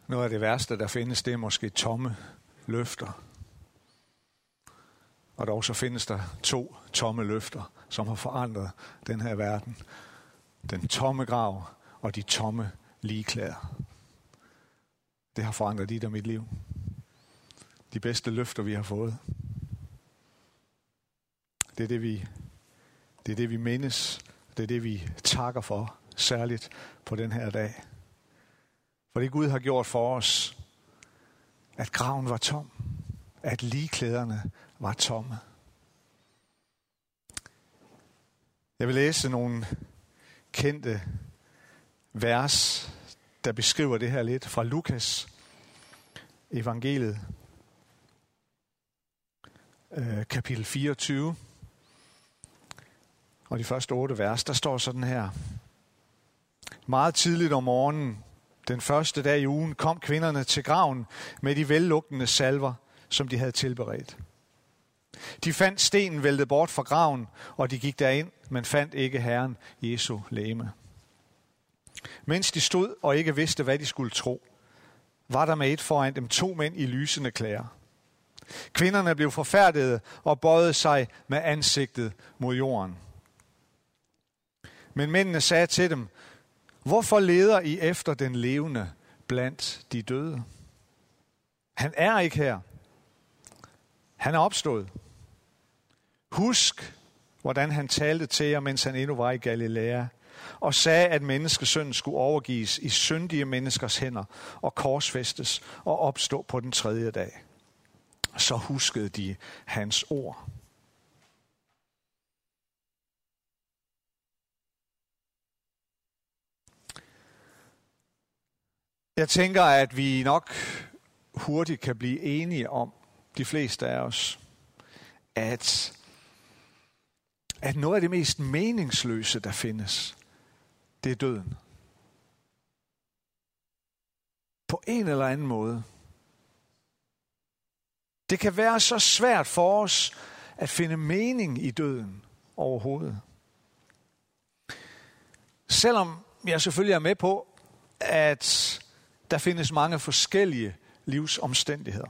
Noget af det værste, der findes, det er måske tomme løfter. Og dog så findes der 2 tomme løfter, som har forandret den her verden. Den tomme grav og de tomme ligklæder. Det har forandret dit og mit liv. De bedste løfter, vi har fået. Det er det, vi mindes. Det er det, vi takker for, særligt på den her dag. For det Gud har gjort for os, at graven var tom, at ligklæderne var tomme. Jeg vil læse nogle kendte vers, der beskriver det her lidt, fra Lukas evangeliet, kapitel 24. Og de første 8 vers, der står sådan her. Meget tidligt om morgenen, den første dag i ugen, kom kvinderne til graven med de vellugtende salver, som de havde tilberedt. De fandt stenen væltet bort fra graven, og de gik derind, men fandt ikke Herren Jesu legeme. Mens de stod og ikke vidste, hvad de skulle tro, var der med et foran dem 2 mænd i lysende klæder. Kvinderne blev forfærdede og bøjede sig med ansigtet mod jorden. Men mændene sagde til dem, hvorfor leder I efter den levende blandt de døde? Han er ikke her. Han er opstået. Husk, hvordan han talte til jer, mens han endnu var i Galilea, og sagde, at menneskesønnen skulle overgives i syndige menneskers hænder og korsfæstes og opstå på den 3. dag. Så huskede de hans ord. Jeg tænker, at vi nok hurtigt kan blive enige om, de fleste af os, at noget af det mest meningsløse, der findes, det er døden. På en eller anden måde. Det kan være så svært for os at finde mening i døden overhovedet. Selvom jeg selvfølgelig er med på, at der findes mange forskellige livsomstændigheder.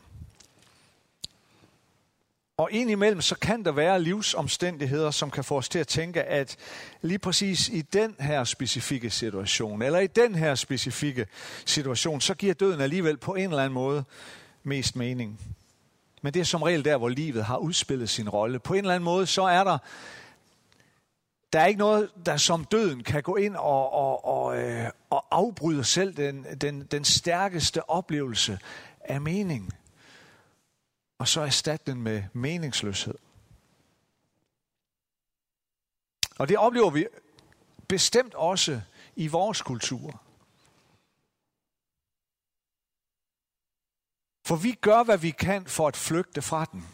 Og indimellem så kan der være livsomstændigheder, som kan få os til at tænke, at lige præcis i den her specifikke situation, eller i den her specifikke situation, så giver døden alligevel på en eller anden måde mest mening. Men det er som regel der, hvor livet har udspillet sin rolle. På en eller anden måde, så er der er ikke noget, der som døden kan gå ind og afbryde selv den stærkeste oplevelse af mening. Og så erstatte den med meningsløshed. Og det oplever vi bestemt også i vores kultur. For vi gør, hvad vi kan for at flygte fra den.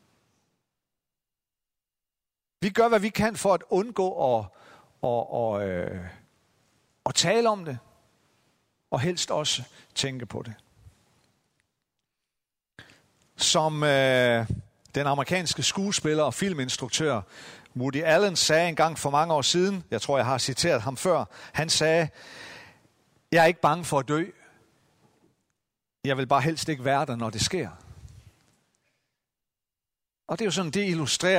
Vi gør, hvad vi kan for at undgå at tale om det, og helst også tænke på det. Som den amerikanske skuespiller og filminstruktør Woody Allen sagde engang for mange år siden, jeg tror, jeg har citeret ham før, han sagde, jeg er ikke bange for at dø. Jeg vil bare helst ikke være der, når det sker. Og det er jo sådan, det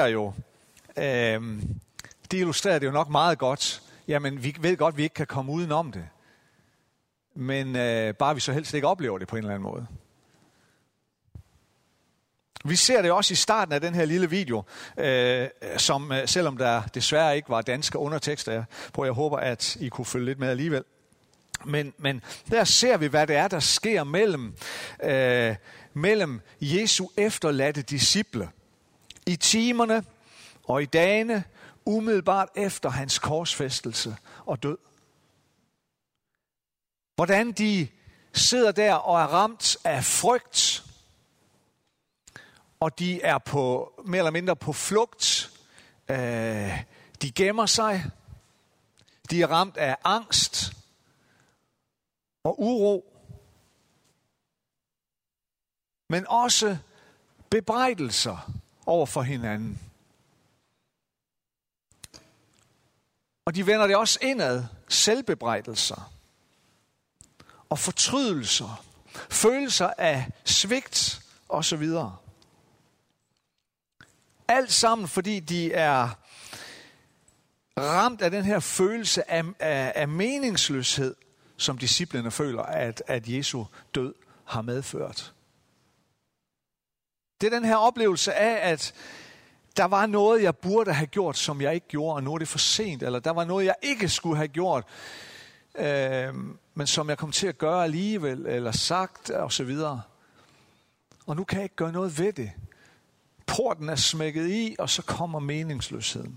illustrerer det jo nok meget godt. Jamen, vi ved godt, vi ikke kan komme udenom det. Men bare vi så helst ikke oplever det på en eller anden måde. Vi ser det også i starten af den her lille video, som selvom der desværre ikke var danske undertekster på, jeg håber, at I kunne følge lidt med alligevel. Men der ser vi, hvad det er, der sker mellem Jesu efterladte disciple i timerne og i dagene umiddelbart efter hans korsfæstelse og død. Hvordan de sidder der og er ramt af frygt, og de er mere eller mindre på flugt. De gemmer sig. De er ramt af angst og uro. Men også bebrejdelser over for hinanden. Og de vender det også indad, selvbebrejdelser og fortrydelser følelser af svigt osv. Alt sammen, fordi de er ramt af den her følelse af meningsløshed, som disciplene føler, at Jesu død har medført. Det er den her oplevelse af, at der var noget, jeg burde have gjort, som jeg ikke gjorde, og nu er det for sent. Eller der var noget, jeg ikke skulle have gjort, men som jeg kom til at gøre alligevel, eller sagt, osv. Og nu kan jeg ikke gøre noget ved det. Porten er smækket i, og så kommer meningsløsheden.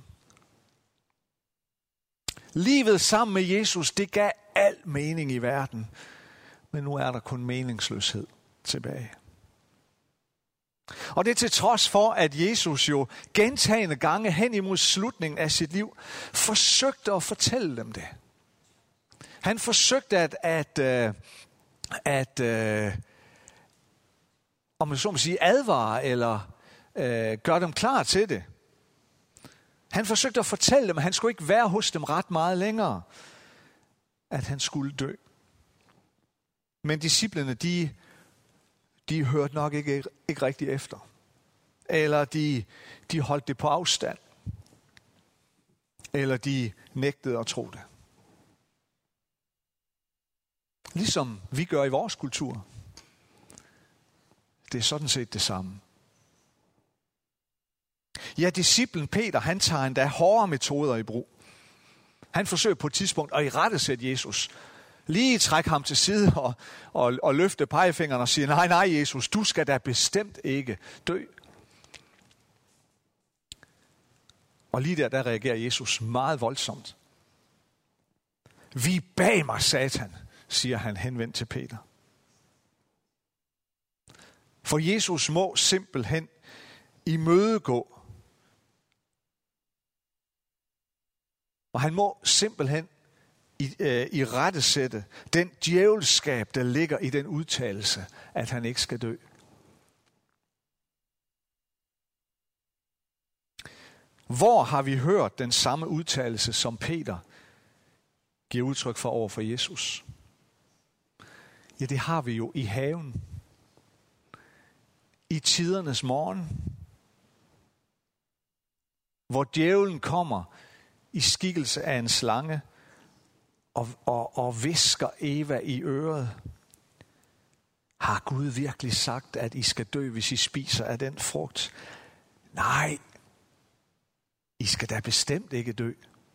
Livet sammen med Jesus, det gav al mening i verden. Men nu er der kun meningsløshed tilbage. Og det er til trods for, at Jesus jo gentagne gange hen imod slutningen af sit liv, forsøgte at fortælle dem det. Han forsøgte om man så må sige, advare eller gøre dem klar til det. Han forsøgte at fortælle dem, at han skulle ikke være hos dem ret meget længere, at han skulle dø. Men disciplene, de hørte nok ikke rigtig efter. Eller de holdt det på afstand. Eller de nægtede at tro det. Ligesom vi gør i vores kultur. Det er sådan set det samme. Ja, disciplen Peter, han tager endda hårde metoder i brug. Han forsøger på et tidspunkt at irettesætte Jesus. Lige trække ham til side og løfte pegefingeren og sige, nej Jesus, du skal da bestemt ikke dø. Og lige der reagerer Jesus meget voldsomt. Vi bag mig, Satan, siger han henvendt til Peter. For Jesus må simpelthen imødegå. Og han må simpelthen irettesætte den djævelskab, der ligger i den udtalelse, at han ikke skal dø. Hvor har vi hørt den samme udtalelse, som Peter giver udtryk for over for Jesus? Ja, det har vi jo i haven. I tidernes morgen, hvor djævlen kommer i skikkelse af en slange og hvisker Eva i øret. Har Gud virkelig sagt, at I skal dø, hvis I spiser af den frugt? Nej, I skal da bestemt ikke dø.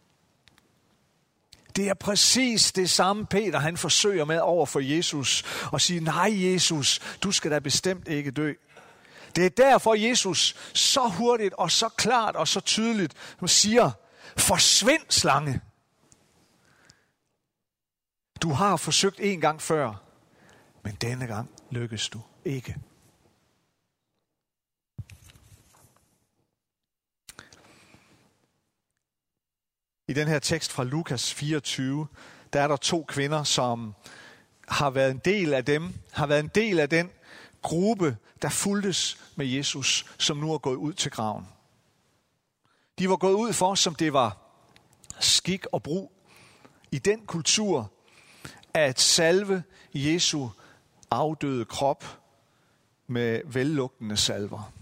Det er præcis det samme Peter, han forsøger med over for Jesus og sige, nej Jesus, du skal da bestemt ikke dø. Det er derfor Jesus så hurtigt og så klart og så tydeligt siger, forsvind slange. Du har forsøgt en gang før, men denne gang lykkes du ikke. I den her tekst fra Lukas 24, der er der 2 kvinder, som har været en del af den gruppe, der fulgtes med Jesus, som nu er gået ud til graven. De var gået ud for, som det var skik og brug i den kultur, at salve Jesu afdøde krop med vellugtende salver.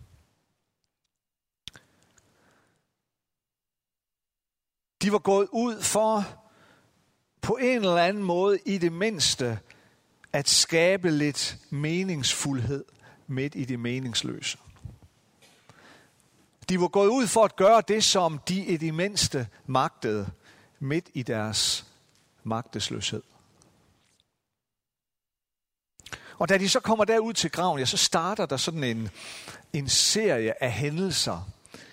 De var gået ud for på en eller anden måde i det mindste at skabe lidt meningsfuldhed midt i det meningsløse. De var gået ud for at gøre det, som de i det mindste magtede midt i deres magtesløshed. Og da de så kommer derud til graven, ja, så starter der sådan en serie af hændelser,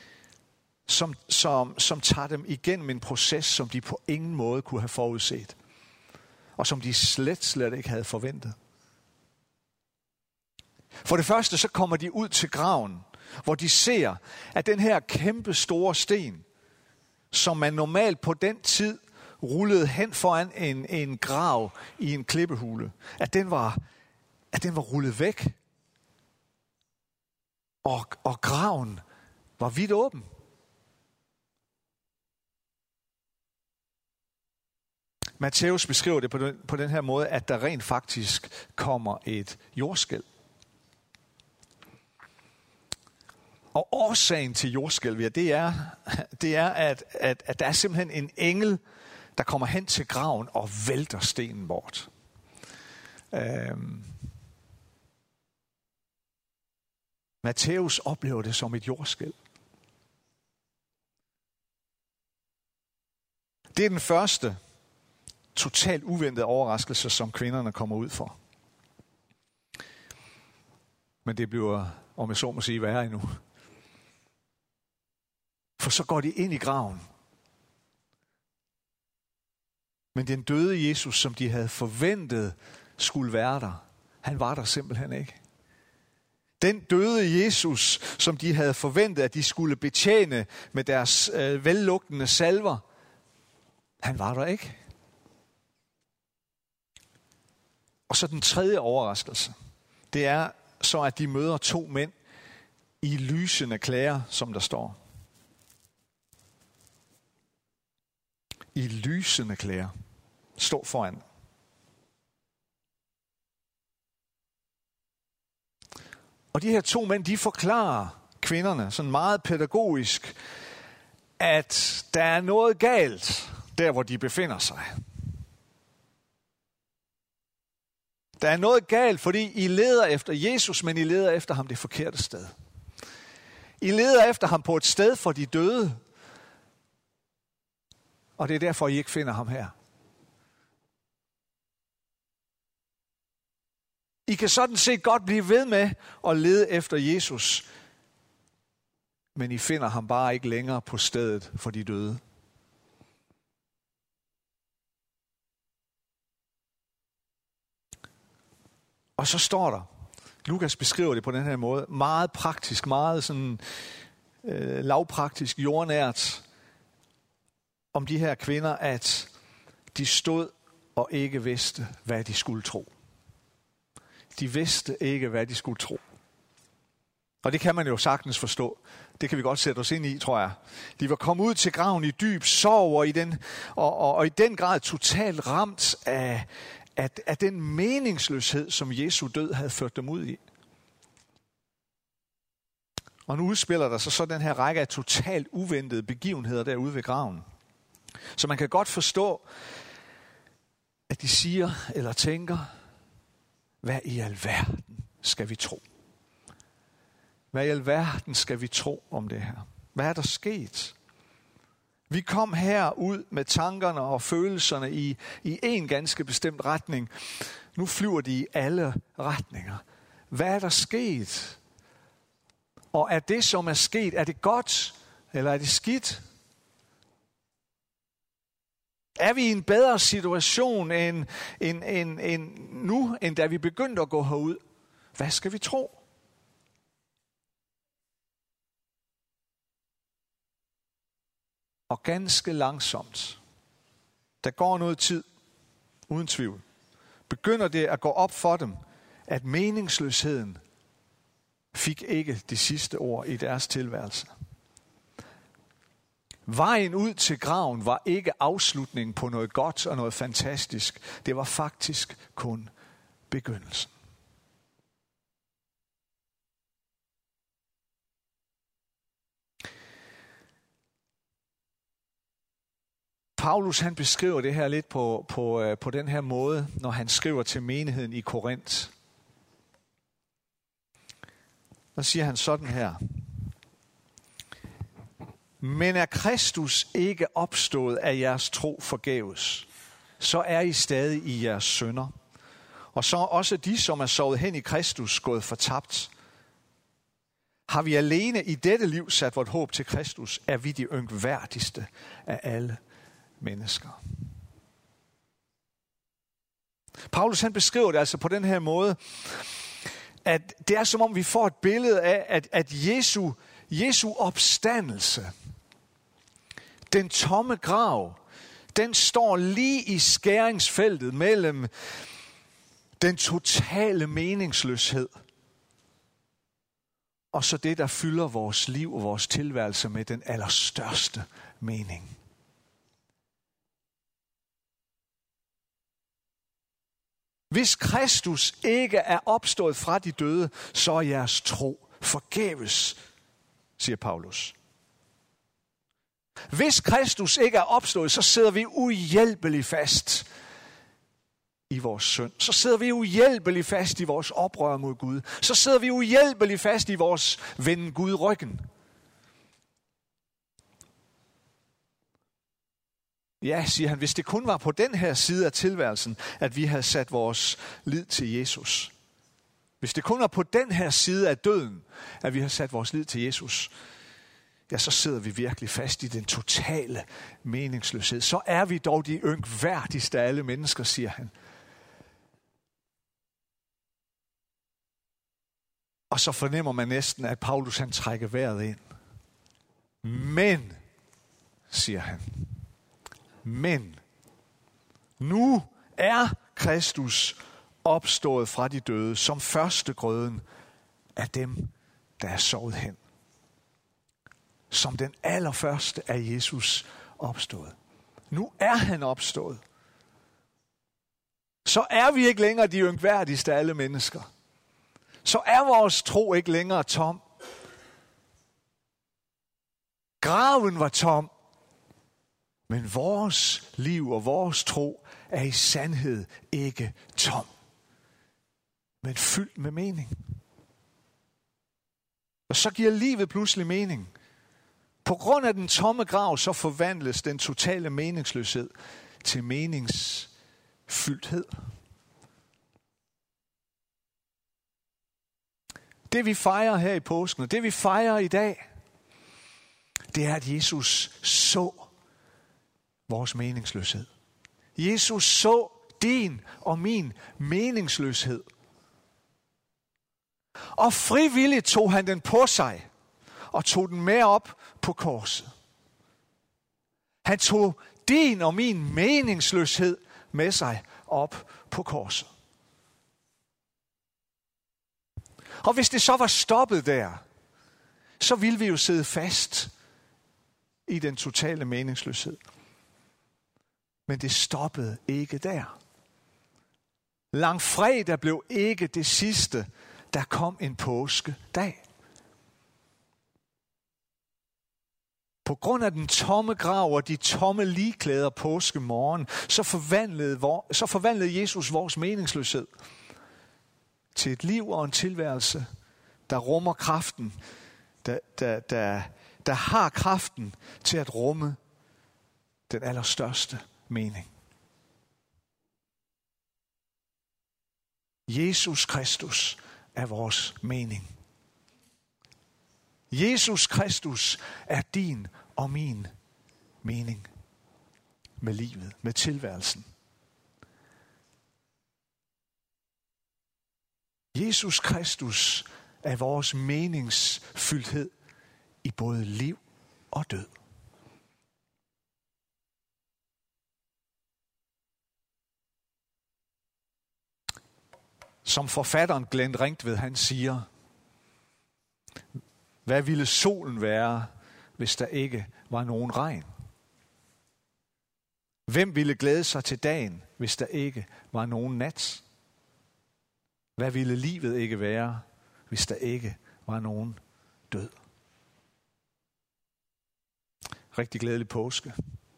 som tager dem igennem en proces, som de på ingen måde kunne have forudset. Og som de slet ikke havde forventet. For det første, så kommer de ud til graven, hvor de ser, at den her kæmpe store sten, som man normalt på den tid rullede hen foran en grav i en klippehule, at den var rullet væk. Og graven var vidt åben. Matthæus beskriver det på den her måde, at der rent faktisk kommer et jordskælv. Og årsagen til jordskælvet, det er at der er simpelthen en engel, der kommer hen til graven og vælter stenen bort. Matthæus oplever det som et jordskælv. Det er den første totalt uventede overraskelse, som kvinderne kommer ud for. Men det bliver, om jeg så må sige, værre endnu. For så går de ind i graven. Men den døde Jesus, som de havde forventet skulle være der, han var der simpelthen ikke. Den døde Jesus, som de havde forventet, at de skulle betjene med deres vellugtende salver, han var der ikke. Og så den tredje overraskelse, det er så, at de møder to mænd i lysende klæder, som der står. I lysende klæder. Stå foran. Og de her to mænd, de forklarer kvinderne sådan meget pædagogisk, at der er noget galt der, hvor de befinder sig. Der er noget galt, fordi I leder efter Jesus, men I leder efter ham det forkerte sted. I leder efter ham på et sted for de døde, og det er derfor, I ikke finder ham her. I kan sådan set godt blive ved med at lede efter Jesus, men I finder ham bare ikke længere på stedet for de døde. Og så står der, Lukas beskriver det på den her måde, meget praktisk, meget sådan lavpraktisk, jordnært, om de her kvinder, at de stod og ikke vidste, hvad de skulle tro. De vidste ikke, hvad de skulle tro. Og det kan man jo sagtens forstå. Det kan vi godt sætte os ind i, tror jeg. De var kommet ud til graven i dyb sorg, og i den grad totalt ramt af den meningsløshed, som Jesu død havde ført dem ud i. Og nu udspiller der sig så den her række af totalt uventede begivenheder derude ved graven. Så man kan godt forstå, at de siger eller tænker, hvad i alverden skal vi tro? Hvad i alverden skal vi tro om det her? Hvad er der sket? Vi kom her ud med tankerne og følelserne i en ganske bestemt retning. Nu flyver de i alle retninger. Hvad er der sket? Og er det, som er sket, er det godt, eller er det skidt? Er vi i en bedre situation end nu, end da vi begyndte at gå herud? Hvad skal vi tro? Og ganske langsomt, der går noget tid, uden tvivl, begynder det at gå op for dem, at meningsløsheden fik ikke de sidste ord i deres tilværelse. Vejen ud til graven var ikke afslutningen på noget godt og noget fantastisk. Det var faktisk kun begyndelsen. Paulus han beskriver det her lidt på den her måde, når han skriver til menigheden i Korinth. Der siger han sådan her. Men er Kristus ikke opstået af jeres tro forgæves, så er I stadig i jeres synder. Og så også de, som er sovet hen i Kristus, gået fortabt. Har vi alene i dette liv sat vort håb til Kristus, er vi de yngværdigste af alle mennesker. Paulus han beskriver det altså på den her måde, at det er som om vi får et billede af, at Jesu opstandelse, den tomme grav, den står lige i skæringsfeltet mellem den totale meningsløshed og så det, der fylder vores liv og vores tilværelse med den allerstørste mening. Hvis Kristus ikke er opstået fra de døde, så er jeres tro forgæves, siger Paulus. Hvis Kristus ikke er opstået, så sidder vi uhjælpeligt fast i vores synd. Så sidder vi uhjælpeligt fast i vores oprør mod Gud. Så sidder vi uhjælpeligt fast i vores vende Gud ryggen. Ja, siger han, hvis det kun var på den her side af tilværelsen, at vi havde sat vores lid til Jesus. Hvis det kun var på den her side af døden, at vi har sat vores lid til Jesus, ja, så sidder vi virkelig fast i den totale meningsløshed. Så er vi dog de ynkværdigste af alle mennesker, siger han. Og så fornemmer man næsten, at Paulus han trækker vejret ind. Men, siger han, men nu er Kristus opstået fra de døde som førstegrøden af dem, der er sovet hen. Som den allerførste er Jesus opstået. Nu er han opstået. Så er vi ikke længere de ynkværdigste af alle mennesker. Så er vores tro ikke længere tom. Graven var tom. Men vores liv og vores tro er i sandhed ikke tom, men fyldt med mening. Og så giver livet pludselig mening. På grund af den tomme grav, så forvandles den totale meningsløshed til meningsfyldthed. Det vi fejrer her i påsken, og det vi fejrer i dag, det er, at Jesus så vores meningsløshed. Jesus så din og min meningsløshed. Og frivilligt tog han den på sig og tog den med op på korset. Han tog din og min meningsløshed med sig op på korset. Og hvis det så var stoppet der, så ville vi jo sidde fast i den totale meningsløshed. Men det stoppede ikke der. Langfredag blev ikke det sidste. Der kom en påskedag. På grund af den tomme grav og de tomme ligklæder påskemorgen, så forvandlede Jesus vores meningsløshed til et liv og en tilværelse, der rummer kraften, der har kraften til at rumme den allerstørste mening. Jesus Kristus er vores mening. Jesus Kristus er din og min mening med livet, med tilværelsen. Jesus Kristus er vores meningsfyldthed i både liv og død. Som forfatteren Glenn Ringtved, han siger, hvad ville solen være, hvis der ikke var nogen regn? Hvem ville glæde sig til dagen, hvis der ikke var nogen nat? Hvad ville livet ikke være, hvis der ikke var nogen død? Rigtig glædelig påske.